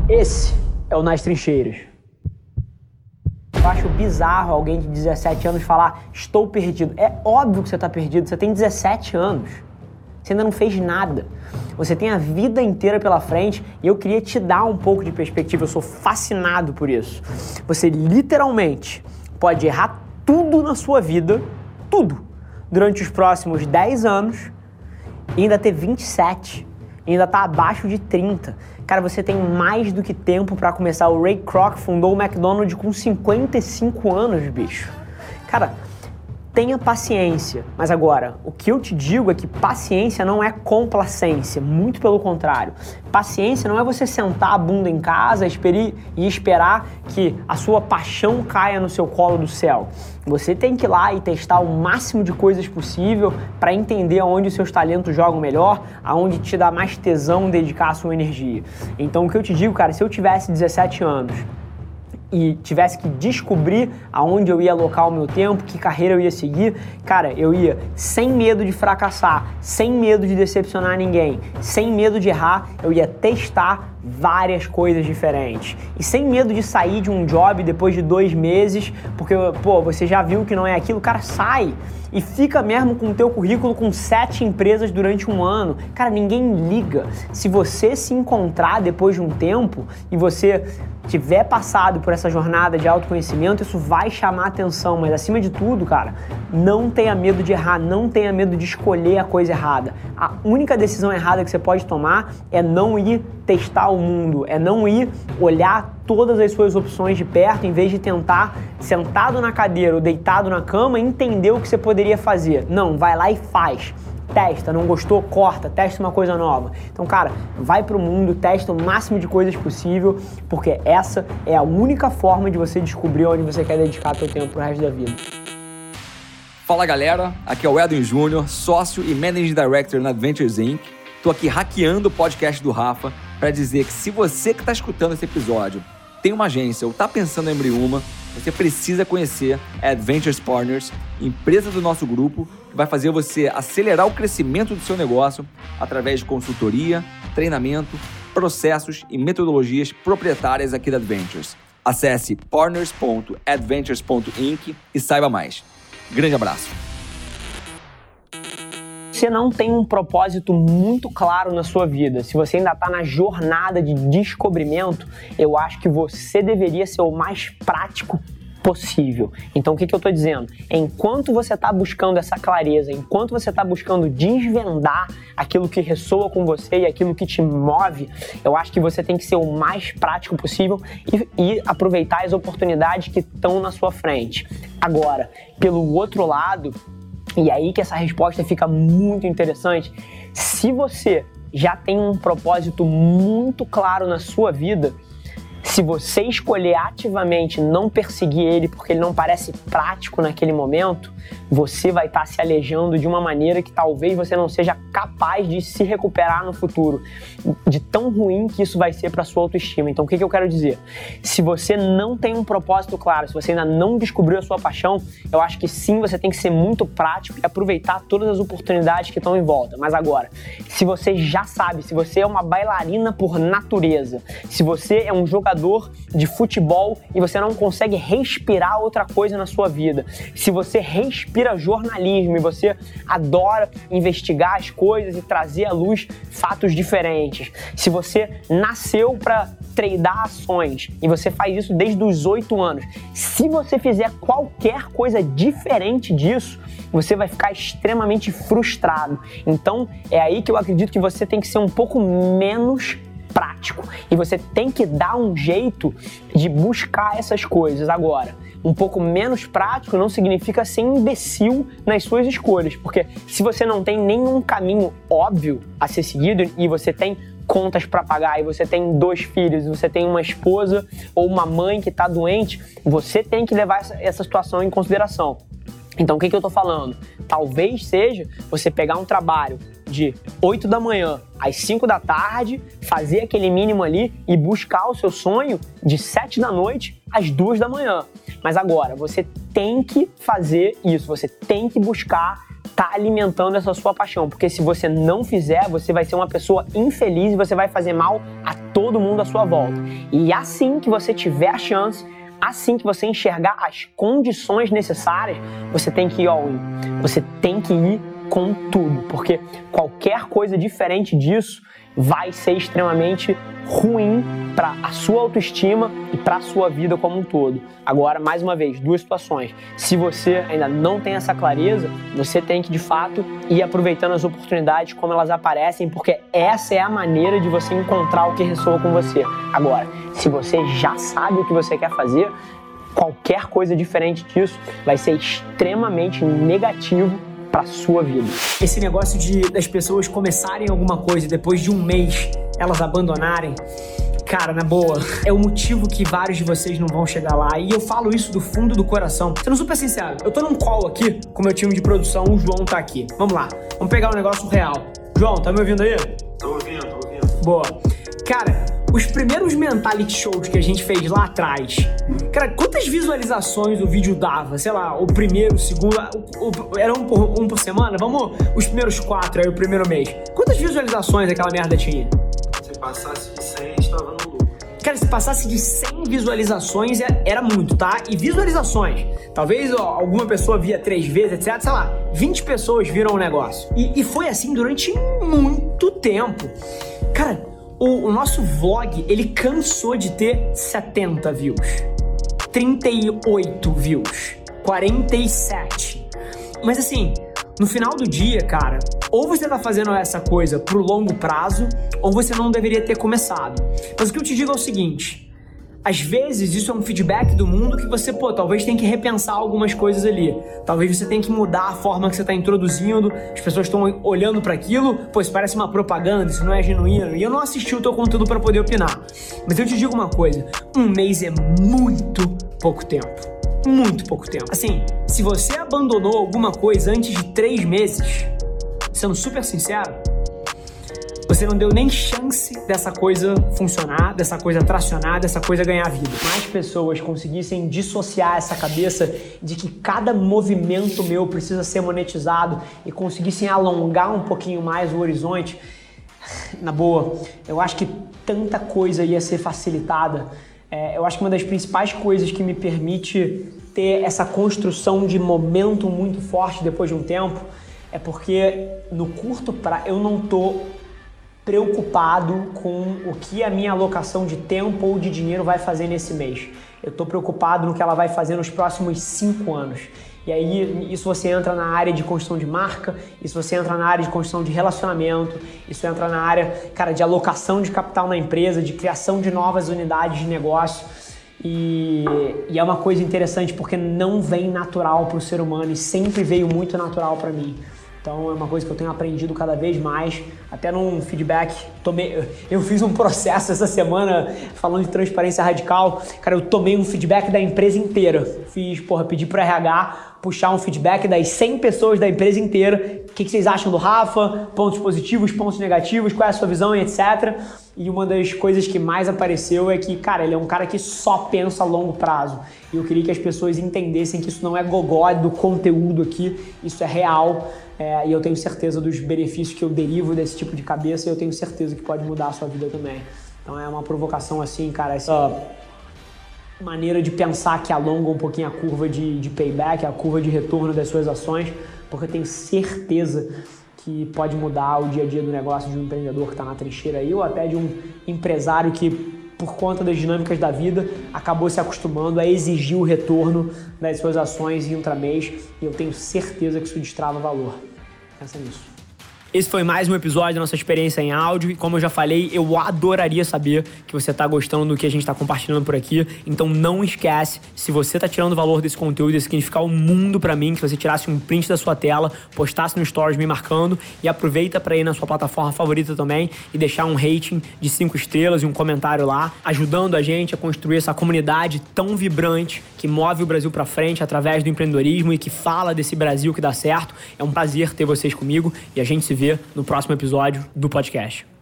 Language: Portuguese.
Esse é o Nas Trincheiras. Eu acho bizarro alguém de 17 anos falar, estou perdido. É óbvio que você está perdido, você tem 17 anos. Você ainda não fez nada. Você tem a vida inteira pela frente e eu queria te dar um pouco de perspectiva, eu sou fascinado por isso. Você literalmente pode errar tudo na sua vida, tudo, durante os próximos 10 anos e ainda ter 27, e ainda tá abaixo de 30. Cara, você tem mais do que tempo para começar. O Ray Kroc fundou o McDonald's com 55 anos, bicho. Cara, tenha paciência. Mas agora, o que eu te digo é que paciência não é complacência, muito pelo contrário. Paciência não é você sentar a bunda em casa e esperar que a sua paixão caia no seu colo do céu. Você tem que ir lá e testar o máximo de coisas possível para entender aonde os seus talentos jogam melhor, aonde te dá mais tesão dedicar a sua energia. Então o que eu te digo, cara, se eu tivesse 17 anos e tivesse que descobrir aonde eu ia alocar o meu tempo, que carreira eu ia seguir, cara, eu ia sem medo de fracassar, sem medo de decepcionar ninguém, sem medo de errar, eu ia testar várias coisas diferentes. E sem medo de sair de um job depois de 2 meses, porque, você já viu que não é aquilo, cara, sai e fica mesmo com o teu currículo com 7 empresas durante um ano. Cara, ninguém liga. Se você se encontrar depois de um tempo e você tiver passado por essa jornada de autoconhecimento, isso vai chamar atenção, mas acima de tudo, cara, não tenha medo de errar, não tenha medo de escolher a coisa errada. A única decisão errada que você pode tomar é não ir testar o mundo, é não ir olhar todas as suas opções de perto, em vez de tentar, sentado na cadeira ou deitado na cama, entender o que você poderia fazer. Não, vai lá e faz. Testa, não gostou? Corta, testa uma coisa nova. Então, cara, vai pro mundo, testa o máximo de coisas possível, porque essa é a única forma de você descobrir onde você quer dedicar seu tempo pro resto da vida. Fala galera, aqui é o Edwin Júnior, sócio e Managing Director na Adventures Inc. Tô aqui hackeando o podcast do Rafa para dizer que se você que está escutando esse episódio tem uma agência ou está pensando em abrir uma, você precisa conhecer a Adventures Partners, empresa do nosso grupo, que vai fazer você acelerar o crescimento do seu negócio através de consultoria, treinamento, processos e metodologias proprietárias aqui da Adventures. Acesse partners.adventures.inc e saiba mais. Grande abraço! Você não tem um propósito muito claro na sua vida, se você ainda está na jornada de descobrimento, eu acho que você deveria ser o mais prático possível. Então o que eu estou dizendo? Enquanto você está buscando essa clareza, enquanto você está buscando desvendar aquilo que ressoa com você e aquilo que te move, eu acho que você tem que ser o mais prático possível e aproveitar as oportunidades que estão na sua frente. Agora, pelo outro lado, e aí que essa resposta fica muito interessante, se você já tem um propósito muito claro na sua vida, se você escolher ativamente não perseguir ele porque ele não parece prático naquele momento, você vai estar se alejando de uma maneira que talvez você não seja capaz de se recuperar no futuro, de tão ruim que isso vai ser para sua autoestima. Então o que eu quero dizer? Se você não tem um propósito claro, se você ainda não descobriu a sua paixão, eu acho que sim, você tem que ser muito prático e aproveitar todas as oportunidades que estão em volta. Mas agora, se você já sabe, se você é uma bailarina por natureza, se você é um jogador de futebol e você não consegue respirar outra coisa na sua vida, se você respira jornalismo e você adora investigar as coisas e trazer à luz fatos diferentes, se você nasceu para tradear ações e você faz isso desde os 8 anos, se você fizer qualquer coisa diferente disso, você vai ficar extremamente frustrado. Então é aí que eu acredito que você tem que ser um pouco menos prático e você tem que dar um jeito de buscar essas coisas. Agora, um pouco menos prático não significa ser imbecil nas suas escolhas, porque se você não tem nenhum caminho óbvio a ser seguido e você tem contas para pagar e você tem 2 filhos, e você tem uma esposa ou uma mãe que está doente, você tem que levar essa situação em consideração. Então, o que eu tô falando? Talvez seja você pegar um trabalho de 8 da manhã às 5 da tarde, fazer aquele mínimo ali e buscar o seu sonho de 7 da noite às 2 da manhã. Mas agora, você tem que fazer isso, você tem que buscar tá alimentando essa sua paixão, porque se você não fizer, você vai ser uma pessoa infeliz e você vai fazer mal a todo mundo à sua volta. E assim que você tiver a chance, assim que você enxergar as condições necessárias, você tem que ir all in. Você tem que ir com tudo, porque qualquer coisa diferente disso vai ser extremamente ruim para a sua autoestima e para a sua vida como um todo. Agora, mais uma vez, duas situações. Se você ainda não tem essa clareza, você tem que, de fato, ir aproveitando as oportunidades como elas aparecem, porque essa é a maneira de você encontrar o que ressoa com você. Agora, se você já sabe o que você quer fazer, qualquer coisa diferente disso vai ser extremamente negativo para a sua vida. Esse negócio das pessoas começarem alguma coisa e depois de um mês elas abandonarem, cara, na boa, é o motivo que vários de vocês não vão chegar lá. E eu falo isso do fundo do coração. Sendo super sincero, eu tô num call aqui com o meu time de produção, o João tá aqui. Vamos lá, vamos pegar um negócio real. João, tá me ouvindo aí? Tô ouvindo. Boa. Cara, os primeiros Mentality Shows que a gente fez lá atrás, cara, quantas visualizações o vídeo dava? Sei lá, o primeiro, o segundo, era um por semana? Vamos, os primeiros 4, aí o primeiro mês. Quantas visualizações aquela merda tinha? Se passasse de 100, estava no lucro. Cara, se passasse de 100 visualizações, era muito, tá? E visualizações, talvez alguma pessoa via 3 vezes, etc, sei lá, 20 pessoas viram o negócio. E foi assim durante muito tempo. Cara, o nosso vlog, ele cansou de ter 70 views, 38 views, 47. Mas assim, no final do dia, cara, ou você tá fazendo essa coisa pro longo prazo, ou você não deveria ter começado. Mas o que eu te digo é o seguinte, às vezes isso é um feedback do mundo que você, talvez tenha que repensar algumas coisas ali. Talvez você tenha que mudar a forma que você tá introduzindo, as pessoas estão olhando para aquilo, isso parece uma propaganda, isso não é genuíno. E eu não assisti o teu conteúdo para poder opinar. Mas eu te digo uma coisa, um mês é muito pouco tempo. Muito pouco tempo. Assim, se você abandonou alguma coisa antes de 3 meses, sendo super sincero, você não deu nem chance dessa coisa funcionar, dessa coisa tracionar, dessa coisa ganhar vida. Mais pessoas conseguissem dissociar essa cabeça de que cada movimento meu precisa ser monetizado e conseguissem alongar um pouquinho mais o horizonte, na boa, eu acho que tanta coisa ia ser facilitada. Eu acho que uma das principais coisas que me permite ter essa construção de momento muito forte depois de um tempo é porque no curto prazo eu não tô preocupado com o que a minha alocação de tempo ou de dinheiro vai fazer nesse mês. Eu tô preocupado no que ela vai fazer nos próximos 5 anos. E aí, isso você entra na área de construção de marca, isso você entra na área de construção de relacionamento, isso entra na área, cara, de alocação de capital na empresa, de criação de novas unidades de negócio. E é uma coisa interessante porque não vem natural para o ser humano e sempre veio muito natural para mim. Então é uma coisa que eu tenho aprendido cada vez mais, até num feedback, eu fiz um processo essa semana falando de transparência radical, cara, eu tomei um feedback da empresa inteira, pedi pro RH puxar um feedback das 100 pessoas da empresa inteira, o que vocês acham do Rafa, pontos positivos, pontos negativos, qual é a sua visão e etc. E uma das coisas que mais apareceu é que, cara, ele é um cara que só pensa a longo prazo. E eu queria que as pessoas entendessem que isso não é gogó do conteúdo aqui, isso é real. E eu tenho certeza dos benefícios que eu derivo desse tipo de cabeça e eu tenho certeza que pode mudar a sua vida também. Então é uma provocação assim, cara, essa maneira de pensar que alonga um pouquinho a curva de payback, a curva de retorno das suas ações, porque eu tenho certeza que pode mudar o dia a dia do negócio de um empreendedor que está na trincheira aí, ou até de um empresário que, por conta das dinâmicas da vida, acabou se acostumando a exigir o retorno das suas ações em intramês, e eu tenho certeza que isso destrava valor. Pensa nisso. Esse foi mais um episódio da nossa experiência em áudio e, como eu já falei, eu adoraria saber que você está gostando do que a gente está compartilhando por aqui. Então não esquece, se você está tirando valor desse conteúdo, ia significar o mundo para mim, que você tirasse um print da sua tela, postasse no Stories me marcando, e aproveita para ir na sua plataforma favorita também e deixar um rating de 5 estrelas e um comentário lá, ajudando a gente a construir essa comunidade tão vibrante que move o Brasil para frente através do empreendedorismo e que fala desse Brasil que dá certo. É um prazer ter vocês comigo e a gente se vê no próximo episódio do podcast.